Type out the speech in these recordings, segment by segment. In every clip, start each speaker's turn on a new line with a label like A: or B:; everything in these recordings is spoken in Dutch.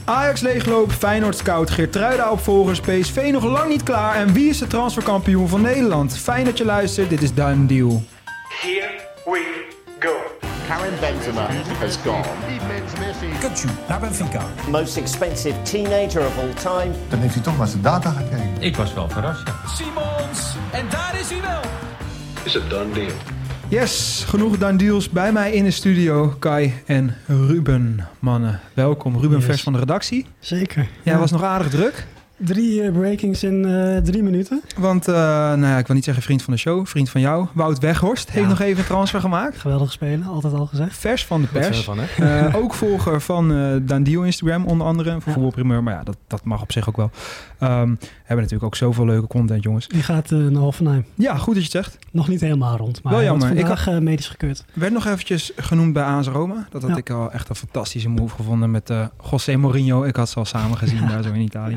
A: Ajax leegloop, Feyenoord scout, Geertruida opvolgers, PSV nog lang niet klaar en wie is de transferkampioen van Nederland? Fijn dat je luistert, dit is Done Deal.
B: Here we go.
C: Karim Benzema has gone.
D: Kutsu naar Benfica.
C: Most expensive teenager of all time.
E: Dan heeft hij toch naar zijn data gekeken.
F: Ik was wel verrast, ja.
D: Simons, en daar is hij wel.
B: Is a done deal.
A: Yes, genoeg Done Deals. Bij mij in de studio Kai en Ruben. Mannen, welkom. Ruben vers van de redactie.
G: Zeker.
A: Jij was nog aardig druk.
G: 3 breakings in 3 minuten.
A: Want, ik wil niet zeggen vriend van de show, vriend van jou. Wout Weghorst heeft nog even een transfer gemaakt.
G: Geweldig spelen, altijd al gezegd.
A: Vers van de pers.
F: Wat van, hè?
A: Ook volger van Done Deal Instagram onder andere. Voor voetbalprimeur, maar ja, dat mag op zich ook wel. Hebben natuurlijk ook zoveel leuke content, jongens.
G: Die gaat naar Hoffenheim.
A: Ja, goed dat je het zegt.
G: Nog niet helemaal rond, maar
A: wel jammer.
G: vandaag medisch gekeurd.
A: Werd nog eventjes genoemd bij AS Roma. Dat had ik al echt een fantastische move gevonden met José Mourinho. Ik had ze al samen gezien daar zo in Italië.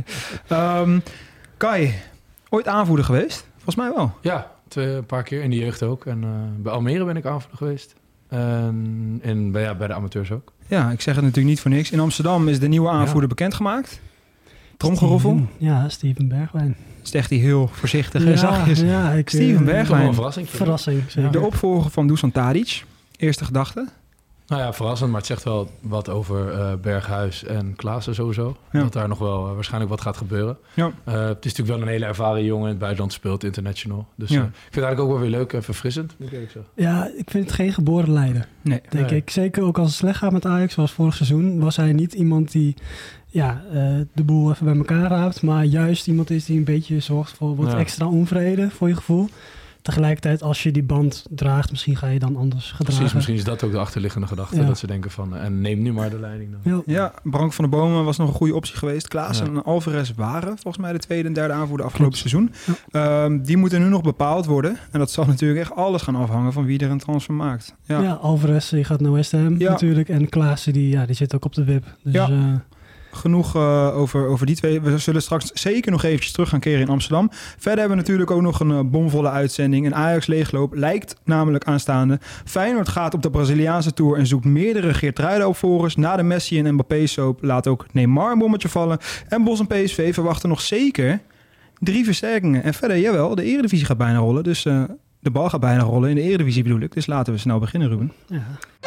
A: Kai, ooit aanvoerder geweest? Volgens mij wel.
F: Ja, een paar keer in de jeugd ook. En bij Almere ben ik aanvoerder geweest. En bij de amateurs ook.
A: Ja, ik zeg het natuurlijk niet voor niks. In Amsterdam is de nieuwe aanvoerder bekendgemaakt. Tromgeroffel.
G: Steven Bergwijn.
A: Zegt hij heel voorzichtig en zachtjes.
G: Ja,
A: Steven Bergwijn.
G: Verrassing. Zeker.
A: De opvolger van Dusan Tadic. Eerste gedachte?
F: Nou ja, verrassend, maar het zegt wel wat over Berghuis en Klaassen sowieso.
A: Ja.
F: Dat daar nog wel waarschijnlijk wat gaat gebeuren.
A: Ja.
F: Het is natuurlijk wel een hele ervaren jongen. In het buitenland speelt, international. Dus
A: Ja.
F: ik vind het eigenlijk ook wel weer leuk en verfrissend, moet ik eerlijk zeggen.
G: Ja, ik vind het geen geboren leider.
A: Nee.
G: Denk ik. Zeker ook als het slecht gaat met Ajax, zoals vorig seizoen, was hij niet iemand die de boel even bij elkaar raapt. Maar juist iemand is die een beetje zorgt voor wat extra onvrede voor je gevoel. Tegelijkertijd, als je die band draagt, misschien ga je dan anders gedragen.
F: Precies, misschien is dat ook de achterliggende gedachte.
G: Ja.
F: Dat ze denken van, en neem nu maar de leiding dan.
A: Ja, Brank van der Bomen was nog een goede optie geweest. Klaassen en Alvarez waren volgens mij de tweede en derde aanvoerder afgelopen seizoen. Ja. Die moeten nu nog bepaald worden. En dat zal natuurlijk echt alles gaan afhangen van wie er een transfer maakt. Ja,
G: Alvarez die gaat naar West Ham natuurlijk. En Klaassen die zit ook op de wip. Dus,
A: genoeg over die twee. We zullen straks zeker nog eventjes terug gaan keren in Amsterdam. Verder hebben we natuurlijk ook nog een bomvolle uitzending. Een Ajax leegloop lijkt namelijk aanstaande. Feyenoord gaat op de Braziliaanse tour en zoekt meerdere Geertruida-opvolgers. Na de Messi en Mbappé-soap laat ook Neymar een bommetje vallen. En Bos en PSV verwachten nog zeker 3 versterkingen. En verder, jawel, de Eredivisie gaat bijna rollen. Dus de bal gaat bijna rollen. In de Eredivisie bedoel ik. Dus laten we snel beginnen, Ruben.
G: Ja.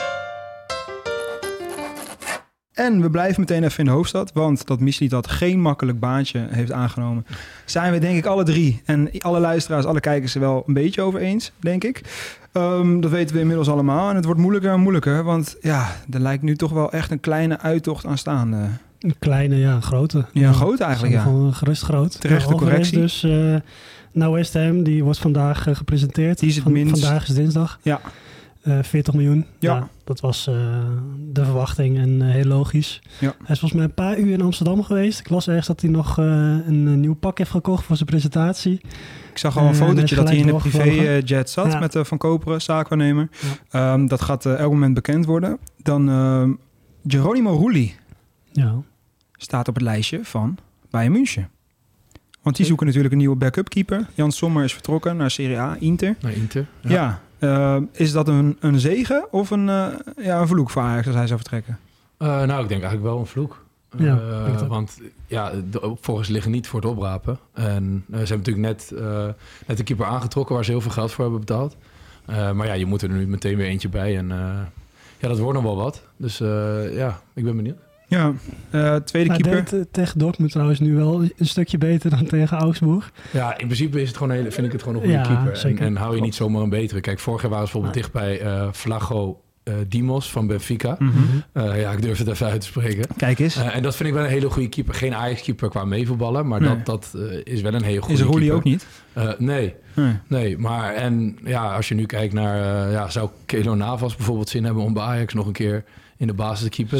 A: En we blijven meteen even in de hoofdstad, want dat Mislintat geen makkelijk baantje heeft aangenomen, zijn we denk ik alle drie en alle luisteraars, alle kijkers er wel een beetje over eens, denk ik. Dat weten we inmiddels allemaal en het wordt moeilijker en moeilijker, want ja, er lijkt nu toch wel echt een kleine uittocht aanstaande.
G: Een kleine, een grote.
A: Ja, een grote eigenlijk, ja.
G: Gewoon gerust groot.
A: Terechte correctie.
G: Dus nou West Ham, die wordt vandaag gepresenteerd.
A: Die is het minst.
G: Vandaag is dinsdag.
A: Ja.
G: 40 miljoen.
A: Ja.
G: Dat was de verwachting en heel logisch.
A: Ja.
G: Hij is volgens mij een paar uur in Amsterdam geweest. Ik las ergens dat hij nog een nieuw pak heeft gekocht voor zijn presentatie.
A: Ik zag al een fotootje dat hij in de privéjet zat met Van Koperen, zaakwaarnemer. Ja. Dat gaat elk moment bekend worden. Dan Geronimo Rulli staat op het lijstje van Bayern München. Want die zoeken natuurlijk een nieuwe backup keeper. Jan Sommer is vertrokken naar Serie A, Inter.
F: Naar Inter,
A: ja. Is dat een zegen of een vloek voor Ajax als hij zou vertrekken?
F: Ik denk eigenlijk wel een vloek. Want de opvolgers liggen niet voor het oprapen. En ze hebben natuurlijk net een keeper aangetrokken waar ze heel veel geld voor hebben betaald. Maar je moet er nu meteen weer eentje bij. En dat wordt nog wel wat. Dus ik ben benieuwd.
A: Ja, tweede keeper.
G: Deed tegen Dortmund trouwens nu wel een stukje beter dan tegen Augsburg.
F: Ja, in principe is het gewoon vind ik het gewoon een goede keeper. En hou je niet zomaar een betere. Kijk, vorig jaar waren ze bijvoorbeeld dicht bij Vlago Dimos van Benfica.
A: Mm-hmm.
F: Ik durf het even uit te spreken.
A: Kijk eens.
F: En dat vind ik wel een hele goede keeper. Geen Ajax-keeper qua meevoetballen, maar dat is wel een hele goede keeper.
A: Is Rulli ook niet?
F: Nee, maar als je nu kijkt naar... zou Keylor Navas bijvoorbeeld zin hebben om bij Ajax nog een keer in de basis te keeper?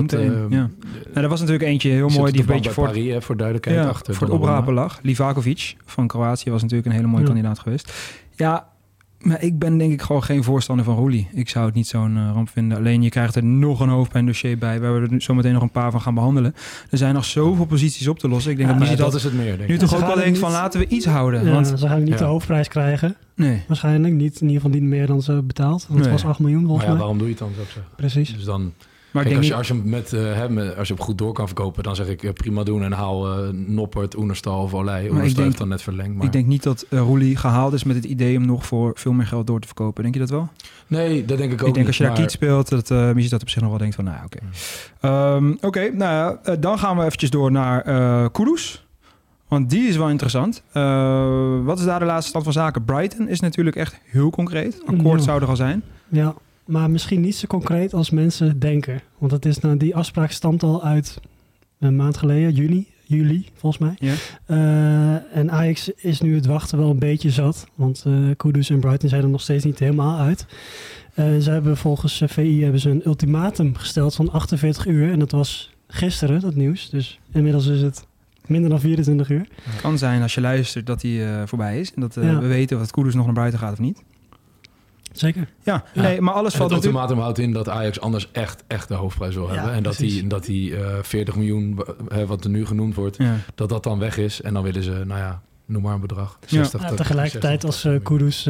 A: Er was natuurlijk eentje heel mooi die een beetje voor
F: Paris, voor duidelijkheid achter
A: voor het oprapen lag. Livakovic van Kroatië was natuurlijk een hele mooie kandidaat geweest. Ja, maar ik ben denk ik gewoon geen voorstander van Rulli. Ik zou het niet zo'n ramp vinden. Alleen je krijgt er nog een hoofdpijndossier bij, waar we er zo meteen nog een paar van gaan behandelen. Er zijn nog zoveel posities op te lossen. Ik denk
F: dat is het meer, denk ik.
A: Nu toch ook wel denkt van laten we iets houden.
G: Ja,
A: want
G: ze gaan niet de hoofdprijs krijgen.
A: Nee.
G: Waarschijnlijk niet. In ieder geval niet meer dan ze betaald. Want het was 8 miljoen volgens mij.
F: Waarom doe je het dan, zou ik zeggen?
G: Precies.
F: Dus dan
A: Maar
F: Kijk,
A: ik denk
F: als je hem goed door kan verkopen, dan zeg ik prima doen en haal Noppert, Oenerstal of Olij. Oenerstal heeft dan net verlengd. Maar...
A: Ik denk niet dat Roelie gehaald is met het idee om nog voor veel meer geld door te verkopen. Denk je dat wel?
F: Nee, dat denk ik ook niet.
A: Ik denk als je daar Kiet speelt, dat Missie dat op zich nog wel denkt van, nou oké. Dan gaan we eventjes door naar Kudus. Want die is wel interessant. Wat is daar de laatste stand van zaken? Brighton is natuurlijk echt heel concreet. Akkoord zou er al zijn.
G: Ja, maar misschien niet zo concreet als mensen denken. Want het is, die afspraak stamt al uit een maand geleden, juli volgens mij.
A: Ja.
G: En Ajax is nu het wachten wel een beetje zat. Want Kudus en Brighton zijn er nog steeds niet helemaal uit. Ze hebben volgens VI een ultimatum gesteld van 48 uur. En dat was gisteren, dat nieuws. Dus inmiddels is het minder dan 24 uur.
A: Het kan zijn als je luistert dat hij voorbij is. En dat we weten of Kudus nog naar buiten gaat of niet.
G: Zeker.
A: Ja. Nee, maar alles valt
F: het ultimatum houdt in dat Ajax anders echt de hoofdprijs wil hebben. En dat die 40 miljoen, wat er nu genoemd wordt, dat dan weg is. En dan willen ze, noem maar een bedrag. 60,
G: tegelijkertijd 60, als Kudus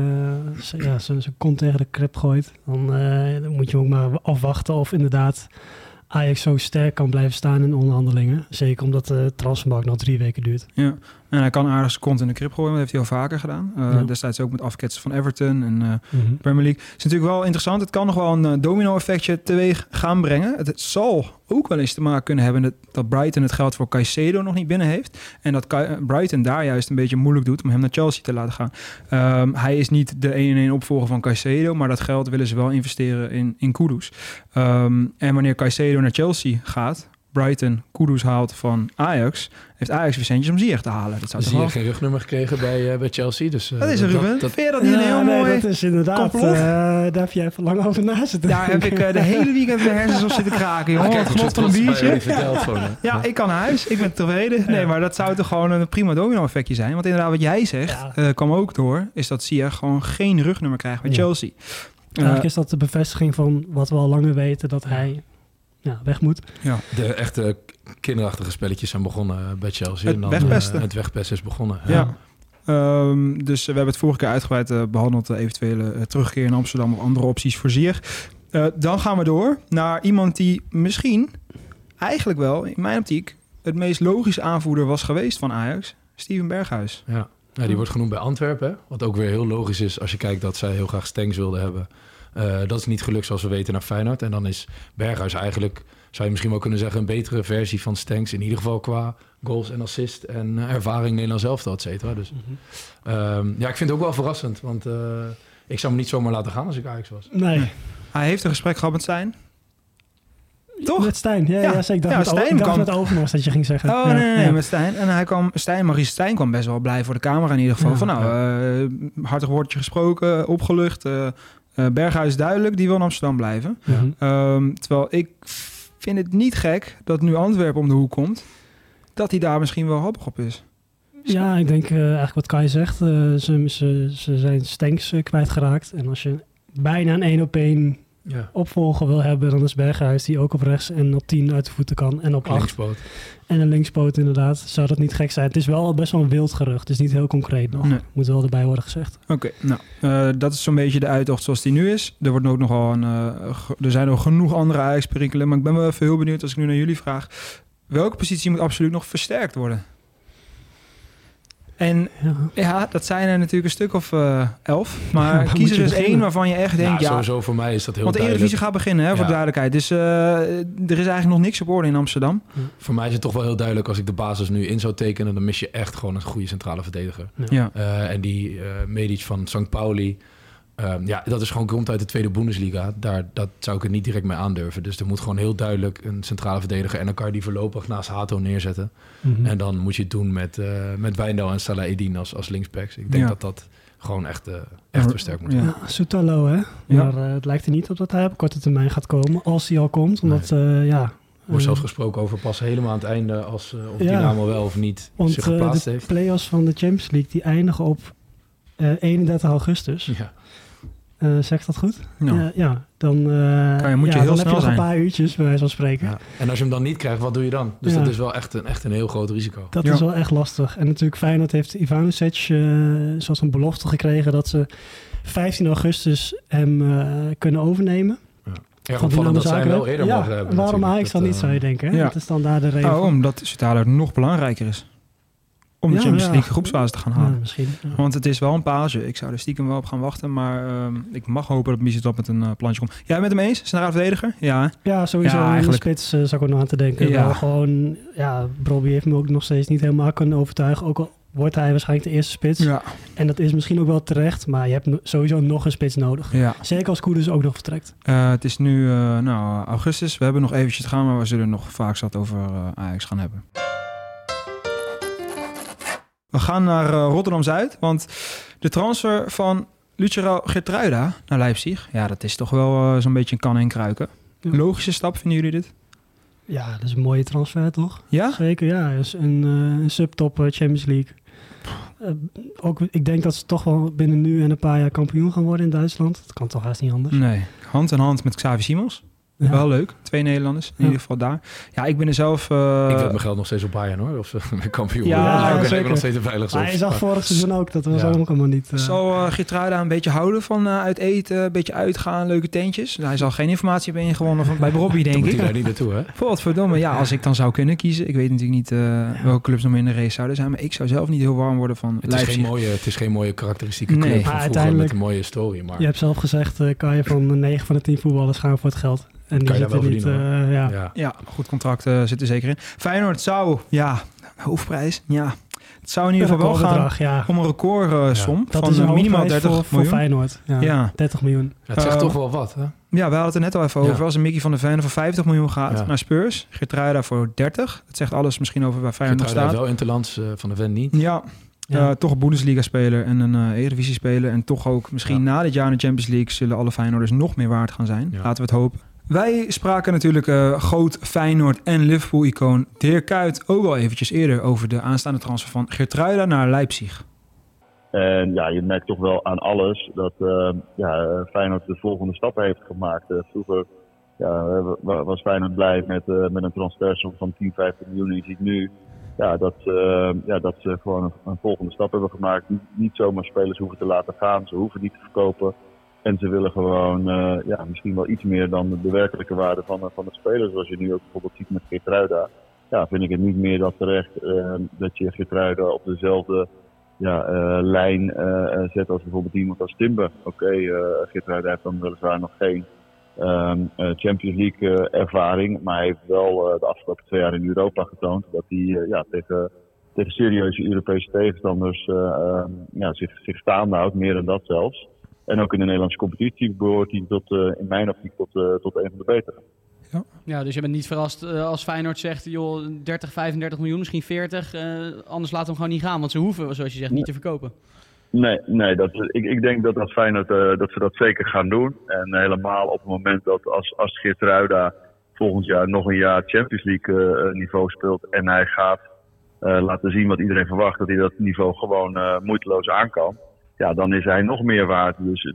G: zijn kont tegen de krip gooit, dan moet je ook maar afwachten of inderdaad Ajax zo sterk kan blijven staan in onderhandelingen. Zeker omdat de transfermarkt nog 3 weken duurt. Ja,
A: en hij kan aardig zijn kont in de krip gooien. Dat heeft hij al vaker gedaan. Destijds ook met afketsen van Everton en Premier League. Het is natuurlijk wel interessant. Het kan nog wel een domino-effectje teweeg gaan brengen. Het zal ook wel eens te maken kunnen hebben dat Brighton het geld voor Caicedo nog niet binnen heeft. En dat Brighton daar juist een beetje moeilijk doet om hem naar Chelsea te laten gaan. Hij is niet de 1-1 opvolger van Caicedo, maar dat geld willen ze wel investeren in Kudus. En wanneer Caicedo naar Chelsea gaat, Brighton Kudus haalt van Ajax, heeft Ajax weer centjes om Ziyech te halen. Dat zou
F: Ziyech geen rugnummer gekregen bij Chelsea. Dus,
A: dat is een Ruben. Vind je dat niet een heel mooi?
G: Dat is inderdaad, daar heb jij even lang over na zitten.
A: Daar heb ik de hele weekend mijn hersens op zitten kraken, jongen. Het genot van een biertje.
G: Ja,
A: ik kan naar huis. Ik ben tevreden. Nee, maar dat zou toch gewoon een prima domino-effectje zijn. Want inderdaad, wat jij zegt, kwam ook door, is dat Ziyech gewoon geen rugnummer krijgt bij Chelsea.
G: Eigenlijk is dat de bevestiging van wat we al langer weten, dat hij weg moet.
F: Ja. De echte kinderachtige spelletjes zijn begonnen bij Chelsea. Het wegpesten is begonnen.
A: Ja. Dus we hebben het vorige keer uitgebreid behandeld. De eventuele terugkeer in Amsterdam of andere opties voor Ziyech. Dan gaan we door naar iemand die misschien eigenlijk wel, in mijn optiek, het meest logische aanvoerder was geweest van Ajax. Steven Berghuis.
F: Ja. Die wordt genoemd bij Antwerpen. Hè? Wat ook weer heel logisch is als je kijkt dat zij heel graag Stengs wilden hebben. Dat is niet gelukt zoals we weten naar Feyenoord. En dan is Berghuis eigenlijk, zou je misschien wel kunnen zeggen, een betere versie van Stengs. In ieder geval qua goals en assist en ervaring Nederlands elftal, et cetera. Dus ik vind het ook wel verrassend. Want ik zou hem niet zomaar laten gaan als ik Ajax was.
G: Nee.
A: Hij heeft een gesprek gehad met Stijn. Toch?
G: Met Stijn, ja zeker. Ik dacht met Overmars dat je ging zeggen.
A: Oh, nee, met Stijn. En hij kwam, Maurice Stijn kwam best wel blij voor de camera in ieder geval. Hartig woordje gesproken, opgelucht. Berghuis duidelijk, die wil in Amsterdam blijven. Terwijl ik vind het niet gek dat nu Antwerpen om de hoek komt, dat hij daar misschien wel happig op is.
G: Ja, ik denk eigenlijk wat Kai zegt. Ze zijn Stenks kwijtgeraakt. En als je bijna een 1-op-1 opvolger wil hebben, dan is Berghuis die ook op rechts en op 10 uit de voeten kan. En op 8.
F: Linkspoot.
G: En een linkspoot inderdaad. Zou dat niet gek zijn. Het is wel best wel een wild gerucht. Het is niet heel concreet nog. Moet wel erbij worden gezegd.
A: Oké, dat is zo'n beetje de uittocht zoals die nu is. Er wordt ook nogal er zijn nog genoeg andere Ajax-perikelen. Maar ik ben wel even heel benieuwd als ik nu naar jullie vraag. Welke positie moet absoluut nog versterkt worden? En dat zijn er natuurlijk een stuk of 11. Maar kies er dus één waarvan je echt denkt...
F: sowieso voor mij is dat heel
A: want de Eredivisie gaat beginnen, voor de duidelijkheid. Dus er is eigenlijk nog niks op orde in Amsterdam.
F: Voor mij is het toch wel heel duidelijk... als ik de basis nu in zou tekenen... dan mis je echt gewoon een goede centrale verdediger. En die Medic van St. Pauli... dat is gewoon komt uit de tweede Bundesliga. Dat zou ik het niet direct mee aandurven. Dus er moet gewoon heel duidelijk een centrale verdediger... en dan kan je die voorlopig naast Hato neerzetten. En dan moet je het doen met Wijndal en Salah Eddin als linksbacks. Ik denk dat gewoon echt versterkt moet worden.
G: Ja, Soutalo, hè? Maar het lijkt er niet op dat hij op korte termijn gaat komen. Als hij al komt, omdat
F: wordt zelfs gesproken over pas helemaal aan het einde... of Dynamo wel of niet zich geplaatst heeft.
G: De play-offs van de Champions League... die eindigen op 31 augustus...
F: Ja.
G: Zegt dat goed?
A: Ja.
G: Dan
A: moet je heel snel
G: heb je nog
A: zijn.
G: een paar uurtjes, bij wijze van spreken.
F: Ja. En als je hem dan niet krijgt, wat doe je dan? Dus dat is wel echt een heel groot risico.
G: Dat is wel echt lastig. En natuurlijk Feyenoord heeft Ivanovic zoals een belofte gekregen... dat ze 15 augustus hem kunnen overnemen. van Dynamo Zagreb.
F: Eerder mogen hebben,
G: waarom Ajax dan niet, zou je denken? Hè?
A: Ja.
G: Dat is dan daar de reden.
A: Omdat Sittard nog belangrijker is. Om de Champions League groepsfase te gaan halen.
G: Misschien. Ja.
A: Want het is wel een page. Ik zou er stiekem wel op gaan wachten. Maar ik mag hopen dat Misitop met een plantje komt. Jij bent het mee eens? Centraal verdediger? Ja.
G: Ja, sowieso.
A: Ja,
G: in de
A: eigenlijk.
G: spits zou ik ook nog aan te denken.
A: Ja.
G: Wel gewoon, Brobbey heeft me ook nog steeds niet helemaal kunnen overtuigen. Ook al wordt hij waarschijnlijk de eerste spits.
A: Ja.
G: En dat is misschien ook wel terecht. Maar je hebt sowieso nog een spits nodig.
A: Ja.
G: Zeker als Kudus ook nog vertrekt.
A: Het is nu augustus. We hebben nog eventjes te gaan. Maar we zullen nog vaak zat over Ajax gaan hebben. We gaan naar Rotterdam-Zuid. Want de transfer van Lucero Geertruida naar Leipzig. Ja, dat is toch wel zo'n beetje een kan en kruiken.
G: Ja.
A: Logische stap, vinden jullie dit?
G: Ja, dat is een mooie transfer, toch?
A: Ja?
G: Zeker, ja. Dus een subtop Champions League. Ik denk dat ze toch wel binnen nu en een paar jaar kampioen gaan worden in Duitsland. Dat kan toch haast niet anders.
A: Nee. Hand in hand met Xavi Simons.
G: Ja.
A: Wel leuk. 2 Nederlanders in ieder geval daar. Ja, ik ben er zelf...
F: Ik heb mijn geld nog steeds op Bayern hoor. Of ze weer kampioen
A: Ja,
F: worden.
G: zeker.
F: Nog steeds een veilig
G: Maar hij zag vorig seizoen ook. Dat was ook allemaal niet...
A: Zal Geertruida een beetje houden van uit eten, een beetje uitgaan, leuke tentjes? Hij zal geen informatie hebben ingewonnen van bij Robbie, denk
F: moet
A: ik.
F: hij daar niet naartoe, hè?
A: Godverdomme, ja, als ik dan zou kunnen kiezen. Ik weet natuurlijk niet welke clubs nog meer in de race zouden zijn, maar ik zou zelf niet heel warm worden van Leipzig.
F: Het is geen mooie karakteristieke club
A: Nee.
F: van
G: Maar
F: vroeger met een mooie story. Maar
G: Je hebt zelf gezegd, kan je van 9 van de 10 voetballers gaan voor het geld. En die
F: kan je daar wel
G: zitten niet...
F: verdienen.
A: Ja, goed contract zit er zeker in. Feyenoord zou, hoofdprijs, het zou in ieder geval wel gaan om een recordsom
G: Dat
A: van
G: is een
A: minimaal 30
G: voor
A: miljoen.
G: Feyenoord. Ja, 30 miljoen.
F: Het zegt toch wel wat, hè?
A: Ja, we hadden het er net al even over. Als een Mickey van der Ven voor 50 miljoen gaat naar Spurs, Geertruida voor 30. Dat zegt alles misschien over waar Feyenoord nog staat.
F: Wel interlands, Van der Ven niet.
A: Ja. Toch een Bundesliga-speler en een Eredivisie-speler. En toch ook misschien na dit jaar in de Champions League zullen alle Feyenoorders nog meer waard gaan zijn. Laten we het hopen. Wij spraken natuurlijk groot Feyenoord en Liverpool-icoon Dirk Kuyt ook al eventjes eerder over de aanstaande transfer van Geertruida naar Leipzig.
H: En je merkt toch wel aan alles dat Feyenoord de volgende stappen heeft gemaakt. Vroeger was Feyenoord blij met een transfersom van 10, 15 miljoen. En je ziet nu dat ze gewoon een volgende stap hebben gemaakt. Niet zomaar spelers hoeven te laten gaan, ze hoeven niet te verkopen. En ze willen gewoon misschien wel iets meer dan de werkelijke waarde van de spelers. Zoals je nu ook bijvoorbeeld ziet met Geertruida. Ja, vind ik het niet meer dan terecht dat je Geertruida op dezelfde lijn zet als bijvoorbeeld iemand als Timber. Geertruida heeft dan weliswaar nog geen Champions League ervaring. Maar hij heeft wel de afgelopen 2 jaar in Europa getoond dat hij tegen serieuze Europese tegenstanders zich staande houdt. Meer dan dat zelfs. En ook in de Nederlandse competitie behoort hij in mijn optiek tot een van de betere.
I: Ja, dus je bent niet verrast als Feyenoord zegt, joh, 30, 35 miljoen, misschien 40. Anders laat hem gewoon niet gaan, want ze hoeven, zoals je zegt, niet te verkopen.
H: Nee, ik denk dat als Feyenoord dat ze dat zeker gaan doen. En helemaal op het moment dat als Geertruida volgend jaar nog een jaar Champions League niveau speelt en hij gaat laten zien wat iedereen verwacht, dat hij dat niveau gewoon moeiteloos aan kan. Ja, dan is hij nog meer waard.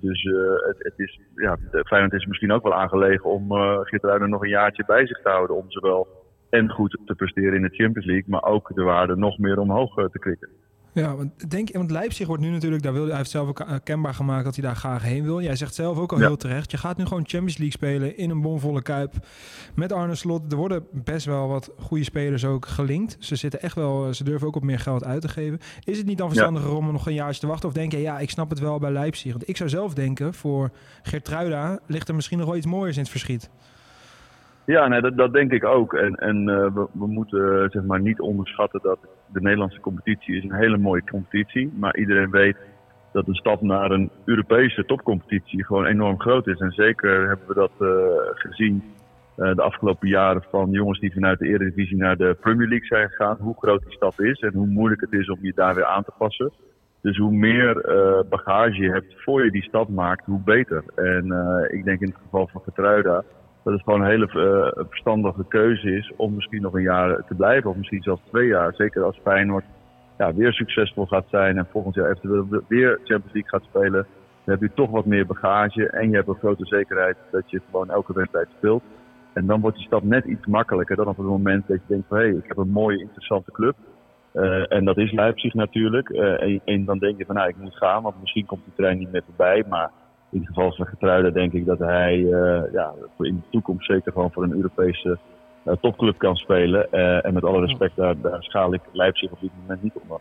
H: Feyenoord is misschien ook wel aangelegen om Geertruida nog een jaartje bij zich te houden. Om zowel en goed te presteren in de Champions League, maar ook de waarde nog meer omhoog te krikken.
A: Ja, want Leipzig wordt nu natuurlijk, hij heeft zelf ook kenbaar gemaakt dat hij daar graag heen wil. Jij zegt zelf ook al heel terecht, je gaat nu gewoon Champions League spelen in een bomvolle Kuip met Arne Slot. Er worden best wel wat goede spelers ook gelinkt. Ze durven ook op meer geld uit te geven. Is het niet dan verstandiger om nog een jaartje te wachten of denk je, ik snap het wel bij Leipzig? Want ik zou zelf denken, voor Geertruida ligt er misschien nog wel iets mooiers in het verschiet.
H: Ja, nee, dat denk ik ook. En we moeten niet onderschatten dat de Nederlandse competitie is een hele mooie competitie. Maar iedereen weet dat een stap naar een Europese topcompetitie gewoon enorm groot is. En zeker hebben we dat gezien de afgelopen jaren van jongens die vanuit de Eredivisie naar de Premier League zijn gegaan. Hoe groot die stap is en hoe moeilijk het is om je daar weer aan te passen. Dus hoe meer bagage je hebt voor je die stap maakt, hoe beter. En ik denk in het geval van Geertruida dat het gewoon een hele verstandige keuze is om misschien nog een jaar te blijven. Of misschien zelfs 2 jaar. Zeker als Feyenoord weer succesvol gaat zijn en volgend jaar eventueel weer Champions League gaat spelen. Dan heb je toch wat meer bagage en je hebt een grote zekerheid dat je gewoon elke wedstrijd speelt. En dan wordt die stap net iets makkelijker dan op het moment dat je denkt van ik heb een mooie, interessante club. En dat is Leipzig natuurlijk. En dan denk je van ik moet gaan, want misschien komt die trein niet meer voorbij. Maar in het geval van Geertruida denk ik dat hij in de toekomst zeker gewoon voor een Europese topclub kan spelen. En met alle respect, daar schaal ik Leipzig op dit moment niet onder.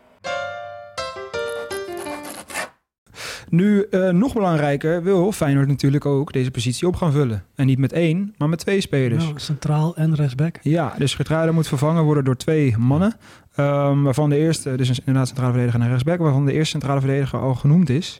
A: Nu, nog belangrijker, wil Feyenoord natuurlijk ook deze positie op gaan vullen. En niet met 1, maar met 2 spelers.
G: Ja, centraal en rechtsback.
A: Ja, dus Geertruida moet vervangen worden door 2 mannen. Waarvan de eerste, dus inderdaad centrale verdediger en rechtsback, waarvan de eerste centrale verdediger al genoemd is.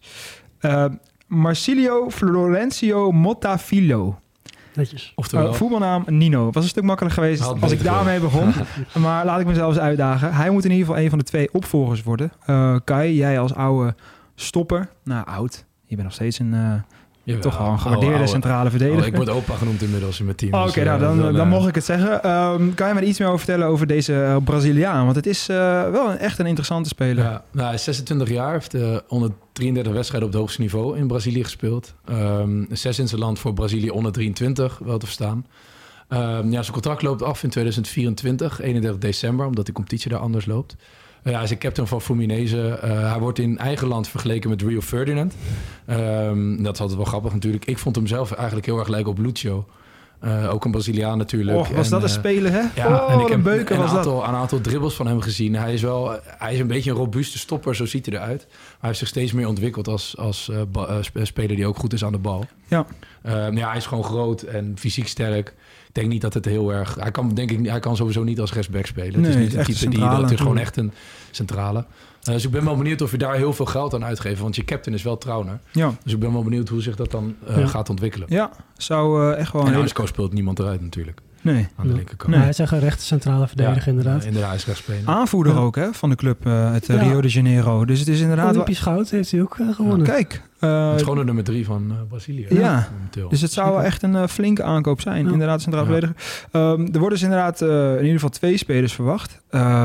A: Marsilio Florencio Mottafilo.
G: Netjes.
A: Voetbalnaam Nino. Was een stuk makkelijker geweest als ik daarmee begon. Maar laat ik mezelf eens uitdagen. Hij moet in ieder geval een van de 2 opvolgers worden. Kai, jij als oude stopper. Nou, oud. Je bent nog steeds toch wel een gewaardeerde centrale verdediger.
F: Ik word opa genoemd inmiddels in mijn team.
A: Oké, dan mocht ik het zeggen. Kan je me er iets meer over vertellen over deze Braziliaan? Want het is wel echt een interessante speler.
F: Ja, hij is 26 jaar. Heeft 133 wedstrijden op het hoogste niveau in Brazilië gespeeld. 6 in zijn land voor Brazilië onder 23, wel te verstaan. Zijn contract loopt af in 2024, 31 december, omdat de competitie daar anders loopt. Hij is een captain van Fluminense. Hij wordt in eigen land vergeleken met Rio Ferdinand. Dat is altijd wel grappig natuurlijk. Ik vond hem zelf eigenlijk heel erg lijken op Lucio. Ook een Braziliaan natuurlijk.
A: Was dat een speler, hè?
F: Ja, en ik heb
A: een
F: aantal dribbles van hem gezien. Hij is een beetje een robuuste stopper, zo ziet hij eruit. Maar hij heeft zich steeds meer ontwikkeld als speler die ook goed is aan de bal.
A: Ja.
F: Hij is gewoon groot en fysiek sterk. Ik denk niet dat het heel erg... Hij kan sowieso niet als rechtsback spelen.
A: Nee,
F: het is niet een type die... Het is gewoon
A: echt
F: een centrale. Dus ik ben wel benieuwd of je daar heel veel geld aan uitgeeft. Want je captain is wel Trauner.
A: Ja.
F: Dus ik ben wel benieuwd hoe zich dat dan gaat ontwikkelen.
A: Ja, zou echt wel...
F: En Arsco speelt niemand eruit natuurlijk.
A: Nee.
F: Aan de linkerkant.
G: Nee, hij is echt een rechte centrale verdediger inderdaad.
F: Inderdaad, hij is rechtspeler.
A: Aanvoerder ook hè, van de club uit Rio de Janeiro. Dus het is inderdaad...
G: Olympisch goud heeft hij ook gewonnen.
A: Kijk.
F: Het is gewoon de nummer 3 van Brazilië.
A: Ja, dus het zou wel echt een flinke aankoop zijn. Inderdaad, centraal verdediger. Er worden dus inderdaad in ieder geval 2 spelers verwacht.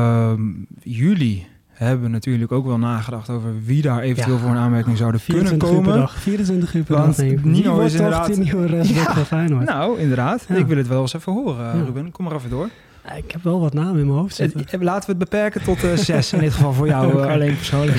A: Jullie hebben natuurlijk ook wel nagedacht over wie daar eventueel voor een aanmerking zouden kunnen komen.
G: 24 uur per dag.
A: Nino is inderdaad
G: de nieuwe rechtsback van Feyenoord.
A: Nou, inderdaad. Ja. Ik wil het wel eens even horen, Ruben. Kom maar even door.
G: Ik heb wel wat namen in mijn hoofd zitten.
A: Laten we het beperken tot 6 in dit geval voor jou alleen persoonlijk.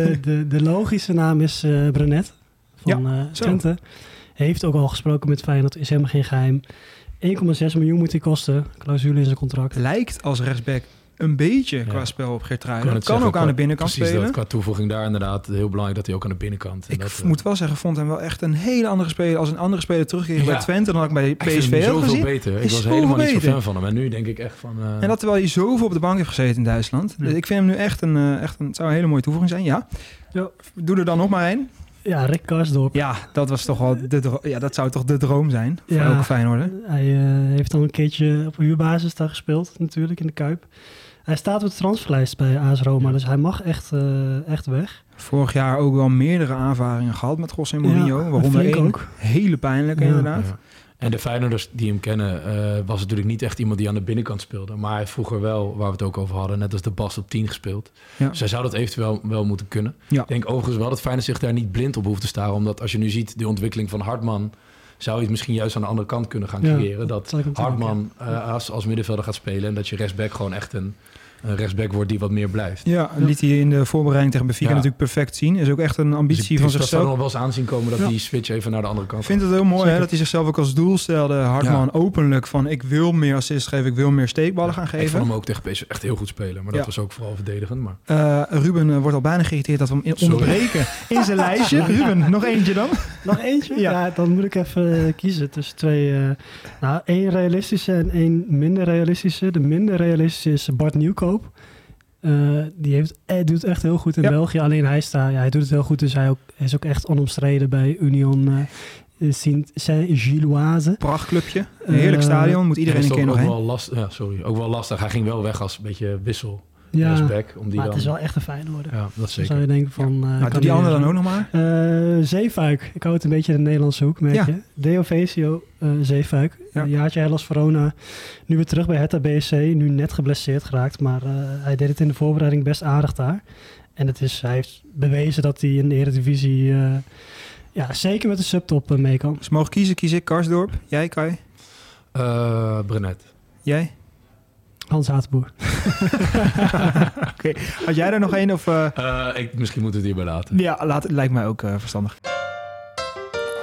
G: De logische naam is Brenet van Twente. Heeft ook al gesproken met Feyenoord, is helemaal geen geheim. 1,6 miljoen moet hij kosten, clausule in zijn contract.
A: Lijkt als rechtsback een beetje qua spel op Geertruida. Kan ook aan de binnenkant spelen.
F: Dat, qua toevoeging daar inderdaad heel belangrijk dat hij ook aan de binnenkant.
A: Ik moet wel zeggen, vond hem wel echt een hele andere speler. Als een andere speler terugkeerde bij Twente, dan had ik bij PSV
F: heel gezien. Beter. Ik was helemaal niet zo fan van hem. En nu denk ik echt van...
A: En dat terwijl hij zoveel op de bank heeft gezeten in Duitsland. Ja. Dus ik vind hem nu echt een zou een hele mooie toevoeging zijn. Ja. Doe er dan nog maar één.
G: Ja, Rick Karsdorp.
A: Ja, dat was toch wel dat zou toch de droom zijn voor elke Feyenoorder.
G: Hij heeft al een keertje op huurbasis daar gespeeld, natuurlijk in de Kuip. Hij staat op de transferlijst bij AS Roma, dus hij mag echt weg.
A: Vorig jaar ook wel meerdere aanvaringen gehad met José Mourinho, waaronder één ook hele pijnlijke inderdaad. Ja.
F: En de Feyenoorders die hem kennen, was natuurlijk niet echt iemand die aan de binnenkant speelde. Maar hij heeft vroeger wel, waar we het ook over hadden, net als de Bas op 10 gespeeld. Ja. Dus hij zou dat eventueel wel moeten kunnen. Ja. Ik denk overigens wel dat Feyenoord zich daar niet blind op hoeft te staren. Omdat als je nu ziet de ontwikkeling van Hartman, zou je het misschien juist aan de andere kant kunnen gaan creëren. Dat Hartman als middenvelder gaat spelen en dat je rechtsback gewoon echt een rechtsback wordt die wat meer blijft. Ja,
A: liet hij in de voorbereiding tegen Benfica natuurlijk perfect zien. Is ook echt een ambitie van zichzelf.
F: Dat zou nog wel eens aanzien komen dat die switch even naar de andere kant
A: Ik vind het heel mooi hè, dat hij zichzelf ook als doel stelde, Hartman, openlijk van ik wil meer assist geven, ik wil meer steekballen gaan geven. Ik
F: vond hem ook tegen PSV echt heel goed spelen, maar dat was ook vooral verdedigend. Maar.
A: Ruben wordt al bijna geïrriteerd dat we hem onderbreken in zijn lijstje. Ruben, nog eentje dan?
G: Nog eentje? Ja, dan moet ik even kiezen tussen 2. Één realistische en één minder realistische. De minder realistische is Bart Nieuwkoop. Die doet echt heel goed in België. Alleen hij doet het heel goed. Dus hij is ook echt onomstreden bij Union Saint-Gilloise.
A: Prachtclubje. Een heerlijk stadion. Moet iedereen een keer nog heen.
F: Ook wel lastig. Hij ging wel weg als een beetje wissel.
G: Ja,
F: om die
G: maar het is wel echt een Feyenoorder.
F: Ja, dat zeker.
G: Zou je denken van...
A: doe die andere dan ook nog maar?
G: Zeefuik. Ik hou het een beetje in de Nederlandse hoek, merk je. Deo Vesio, Zeefuik. Een jaartje Hellas Verona. Nu weer terug bij Hertha BSC. Nu net geblesseerd geraakt. Maar hij deed het in de voorbereiding best aardig daar. En hij heeft bewezen dat hij in de Eredivisie... zeker met de subtop mee kan.
A: Dus mogen kiezen, kies ik Karsdorp. Jij, Kai?
F: Brenet.
A: Jij?
G: Hans Hatenboer.
A: Oké. Had jij er nog één? Of,
F: misschien moeten we het hierbij laten.
A: Ja, lijkt mij ook verstandig.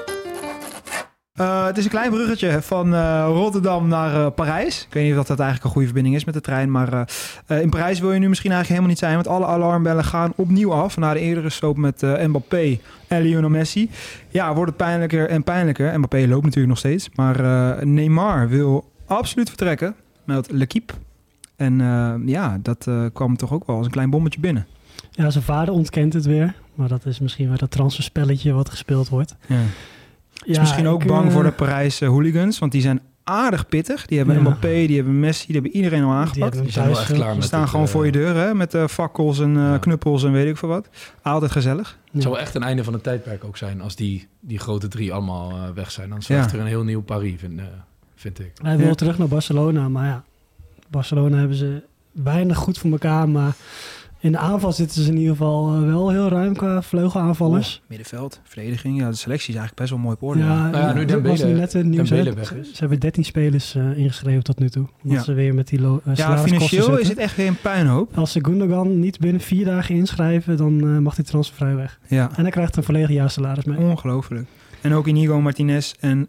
A: Het is een klein bruggetje van Rotterdam naar Parijs. Ik weet niet of dat eigenlijk een goede verbinding is met de trein. Maar in Parijs wil je nu misschien eigenlijk helemaal niet zijn. Want alle alarmbellen gaan opnieuw af. Na de eerdere soap met Mbappé en Lionel Messi. Ja, wordt het pijnlijker en pijnlijker. Mbappé loopt natuurlijk nog steeds. Maar Neymar wil absoluut vertrekken met L'Équipe. En dat kwam toch ook wel als een klein bommetje binnen.
G: Ja, zijn vader ontkent het weer. Maar dat is misschien wel dat transferspelletje wat gespeeld wordt.
A: Ja. Is misschien ook bang voor de Parijse hooligans. Want die zijn aardig pittig. Die hebben Mbappé, die hebben Messi, die hebben iedereen al aangepakt.
F: Die zijn wel echt klaar.
A: Die staan gewoon voor je deur, hè? Met fakkels en knuppels en weet ik veel wat. Altijd gezellig.
F: Het zou wel echt een einde van het tijdperk ook zijn als die grote 3 allemaal weg zijn. Dan zorgt er een heel nieuw Paris, vind ik.
G: Hij wil terug naar Barcelona, maar ja, Barcelona hebben ze weinig goed voor elkaar, maar in de aanval zitten ze in ieder geval wel heel ruim qua vleugelaanvallers.
A: Middenveld, verdediging. Ja, de selectie is eigenlijk best wel mooi op orde.
F: Nu
G: was net het nieuws.
F: Ze
G: hebben 13 spelers ingeschreven tot nu toe. Omdat ze weer met die
A: financieel is het echt weer een puinhoop.
G: Als ze Gundogan niet binnen 4 dagen inschrijven, dan mag hij transfervrij weg.
A: Ja.
G: En hij krijgt een volledig jaar salaris mee.
A: Ongelooflijk. En ook Inigo Martinez en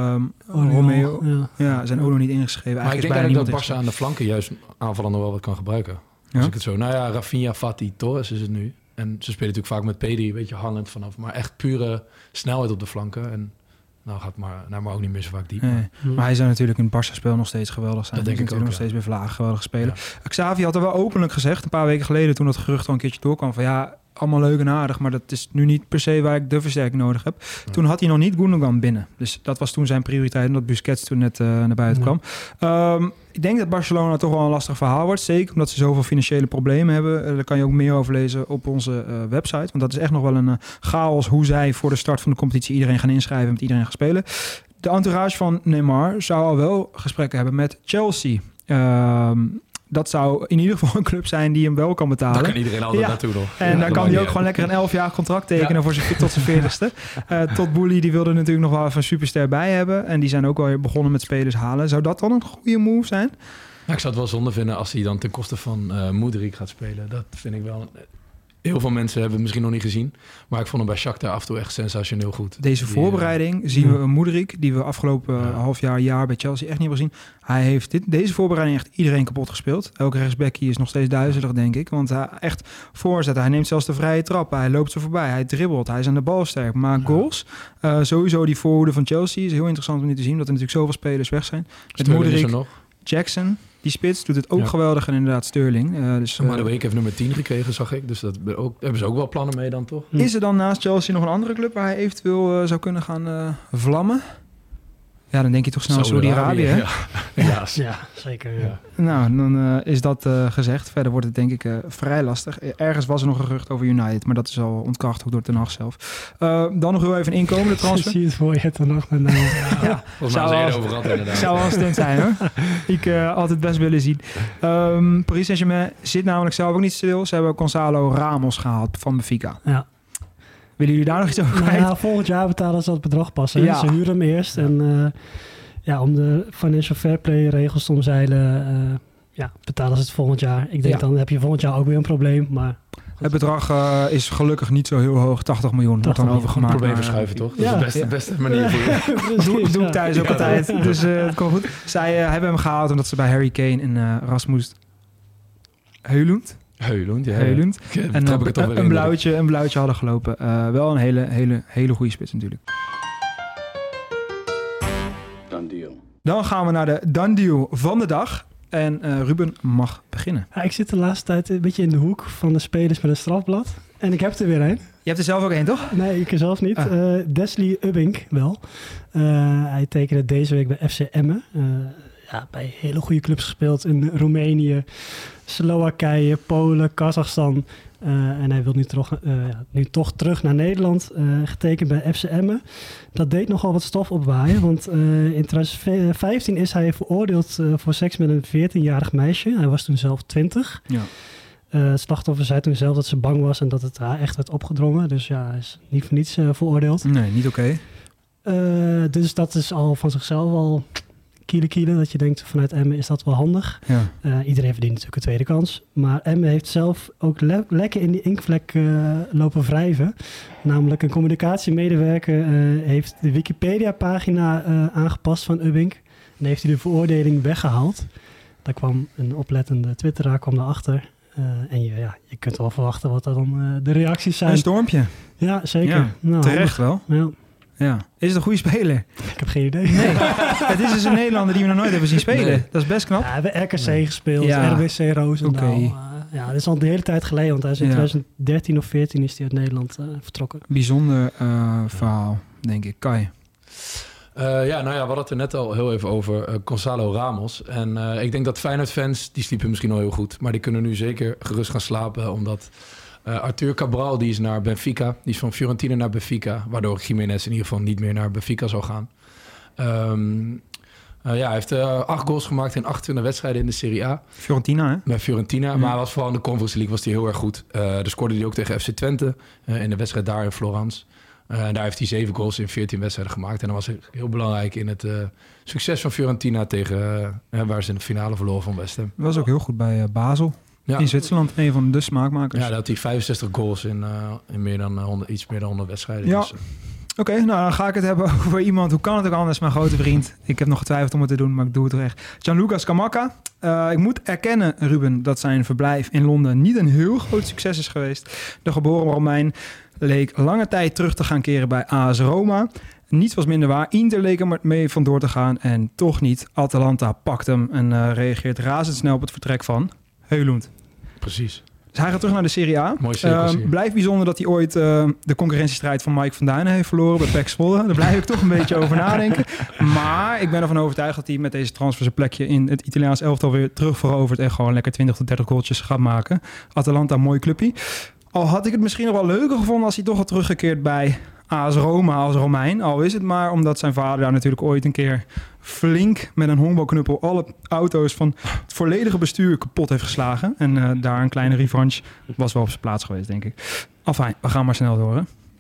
A: Romeo zijn ook nog niet ingeschreven.
F: Maar ik denk eigenlijk dat Barca aan de flanken juist aanvallen nog wel wat kan gebruiken. Als ik het zo... Nou ja, Rafinha, Fati, Torres is het nu. En ze spelen natuurlijk vaak met Pedri, een beetje hangend vanaf. Maar echt pure snelheid op de flanken. En nou gaat maar ook niet meer zo vaak diep.
A: Nee. Maar hij zou natuurlijk in het Barca-spel nog steeds geweldig zijn.
F: Dat denk ik ook,
A: nog steeds bij Vlaag geweldig spelen. Ja. Xavi had er wel openlijk gezegd, een paar weken geleden... toen dat gerucht al een keertje doorkwam van... ja, allemaal leuk en aardig, maar dat is nu niet per se waar ik de versterking nodig heb. Ja. Toen had hij nog niet Gundogan binnen. Dus dat was toen zijn prioriteit, omdat Busquets toen net naar buiten kwam. Ik denk dat Barcelona toch wel een lastig verhaal wordt. Zeker omdat ze zoveel financiële problemen hebben. Daar kan je ook meer over lezen op onze website. Want dat is echt nog wel een chaos hoe zij voor de start van de competitie iedereen gaan inschrijven en met iedereen gaan spelen. De entourage van Neymar zou al wel gesprekken hebben met Chelsea. Dat zou in ieder geval een club zijn die hem wel kan betalen.
F: Daar kan iedereen altijd naartoe nog.
A: En daar kan hij ook gewoon lekker een 11 jaar contract tekenen voor tot zijn 40ste. Tot Boehly, die wilde natuurlijk nog wel even een superster bij hebben. En die zijn ook al begonnen met spelers halen. Zou dat dan een goede move zijn?
F: Ja, ik zou het wel zonde vinden als hij dan ten koste van Mudryk gaat spelen. Dat vind ik wel... Heel veel mensen hebben het misschien nog niet gezien. Maar ik vond hem bij Shakhtar af en toe echt sensationeel goed.
A: Deze voorbereiding zien we Mudryk, die we afgelopen half jaar bij Chelsea echt niet hebben gezien. Hij heeft deze voorbereiding echt iedereen kapot gespeeld. Elke rechtsbackie is nog steeds duizelig, denk ik. Want hij echt voorzetten. Hij neemt zelfs de vrije trappen. Hij loopt er voorbij. Hij dribbelt. Hij is aan de bal sterk. Maakt goals. Sowieso die voorhoede van Chelsea is heel interessant om nu te zien. Dat er natuurlijk zoveel spelers weg zijn. Met Mudryk, Jackson... Die spits doet het ook geweldig en inderdaad Sterling.
F: Maar de week heeft nummer 10 gekregen, zag ik. Dus dat hebben ze ook wel plannen mee dan, toch?
A: Is er dan naast Chelsea nog een andere club waar hij eventueel zou kunnen gaan vlammen? Ja, dan denk je toch snel aan Saudi-Arabië, hè?
G: Ja, zeker. Ja.
A: Nou, dan is dat gezegd. Verder wordt het denk ik vrij lastig. Ergens was er nog een gerucht over United, maar dat is al ontkracht ook door Ten Hag zelf. Dan nog heel even een inkomende transfer.
G: Zie je het voor je, Ten Hag met name.
F: Volgens mij eerder over gehad, inderdaad.
A: Zou wel een stunt zijn, hoor. Ik altijd best willen zien. Paris Saint-Germain zit namelijk zelf ook niet stil. Ze hebben Gonzalo Ramos gehaald van Benfica.
G: Ja.
A: Willen jullie daar nog iets over kwijt?
G: Ja, volgend jaar betalen ze dat bedrag pas. Ja. Ze huren hem eerst. En om de financial fair play regels te omzeilen... betalen ze het volgend jaar. Ik denk dan heb je volgend jaar ook weer een probleem. Maar
A: het bedrag is gelukkig niet zo heel hoog. 80 miljoen wordt dan overgemaakt.
F: Probleem verschuiven, toch? Dat is de beste manier voor je.
A: Doe ik thuis ook altijd. Dus het komt goed. Zij hebben hem gehaald omdat ze bij Harry Kane en Rasmus Højlund...
F: Højlund.
A: En een blauwtje hadden gelopen. Wel een hele goede spits natuurlijk.
B: Done deal.
A: Dan gaan we naar de done deal van de dag. En Ruben mag beginnen.
G: Ja, ik zit de laatste tijd een beetje in de hoek van de spelers met een strafblad. En ik heb er weer een.
A: Je hebt er zelf ook een, toch?
G: Nee, ik zelf niet. Desli Ubbink wel. Hij tekende deze week bij FC Emmen. Bij hele goede clubs gespeeld in Roemenië, Slowakije, Polen, Kazachstan. En hij wil nu toch terug naar Nederland. Getekend bij FC Emmen. Dat deed nogal wat stof opwaaien. Want in 2015 is hij veroordeeld voor seks met een 14-jarig meisje. Hij was toen zelf 20. Ja. Het slachtoffer zei toen zelf dat ze bang was en dat het haar echt werd opgedrongen. Dus ja, hij is niet voor niets veroordeeld.
A: Nee, niet oké.
G: Dus dat is al van zichzelf al... kielen. Dat je denkt, vanuit Emmen is dat wel handig.
A: Ja.
G: Iedereen verdient natuurlijk een tweede kans. Maar Emmen heeft zelf ook lekker in die inkvlek lopen wrijven. Namelijk een communicatiemedewerker heeft de Wikipedia-pagina aangepast van Ubbink. En heeft hij de veroordeling weggehaald. Daar kwam een oplettende twitteraar daarachter. En je kunt wel verwachten wat er dan de reacties zijn.
A: Een stormpje.
G: Ja, zeker.
A: Ja,
G: nou,
A: terecht wel.
G: Ja.
A: Ja. Is het een goede speler?
G: Ik heb geen idee.
A: Nee. Het is dus een Nederlander die we nog nooit hebben zien spelen. Nee. Dat is best knap.
G: Ja, we hebben RKC gespeeld, RWC Roosendaal.
A: Okay.
G: Ja, dat is al de hele tijd geleden, want hij is in 2013 of 14 is hij uit Nederland vertrokken.
A: Bijzonder verhaal, denk ik. Kai?
F: We hadden het er net al heel even over Gonzalo Ramos. En ik denk dat Feyenoord-fans, die sliepen misschien al heel goed, maar die kunnen nu zeker gerust gaan slapen, omdat Arthur Cabral, die is naar Benfica. Die is van Fiorentina naar Benfica, waardoor Jiménez in ieder geval niet meer naar Benfica zou gaan. Hij heeft 8 goals gemaakt in 28 wedstrijden in de Serie A.
A: Fiorentina, hè?
F: Met Fiorentina, maar hij was vooral in de Conference League was hij heel erg goed. Daar scoorde hij ook tegen FC Twente in de wedstrijd daar in Florence. En daar heeft hij 7 goals in 14 wedstrijden gemaakt. En dat was heel belangrijk in het succes van Fiorentina tegen waar ze in de finale verloren van West Ham.
A: Dat was ook heel goed bij Basel. Ja. In Zwitserland, een van de smaakmakers.
F: Ja, daar had hij 65 goals in meer dan iets meer dan 100 wedstrijden.
A: Ja.
F: Dus,
A: Oké, nou dan ga ik het hebben over iemand. Hoe kan het ook anders, mijn grote vriend? Ik heb nog getwijfeld om het te doen, maar ik doe het toch echt. Gianluca Scamacca. Ik moet erkennen, Ruben, dat zijn verblijf in Londen niet een heel groot succes is geweest. De geboren Romein leek lange tijd terug te gaan keren bij AS Roma. Niets was minder waar. Inter leek er mee vandoor te gaan en toch niet. Atalanta pakt hem en reageert razendsnel op het vertrek van Højlund.
F: Precies.
A: Dus hij gaat terug naar de Serie A. Blijft bijzonder dat hij ooit de concurrentiestrijd van Mike van Duinen heeft verloren bij PEC Zwolle. Daar blijf ik toch een beetje over nadenken. Maar ik ben ervan overtuigd dat hij met deze transfer zijn plekje in het Italiaans elftal weer terug verovert en gewoon lekker 20 tot 30 goaltjes gaat maken. Atalanta, mooi clubje. Al had ik het misschien nog wel leuker gevonden als hij toch had teruggekeerd bij AS Roma als Romein. Al is het maar omdat zijn vader daar natuurlijk ooit een keer flink met een honkbalknuppel alle auto's van het volledige bestuur kapot heeft geslagen. En daar een kleine revanche was wel op zijn plaats geweest, denk ik. Enfin, we gaan maar snel door, hè.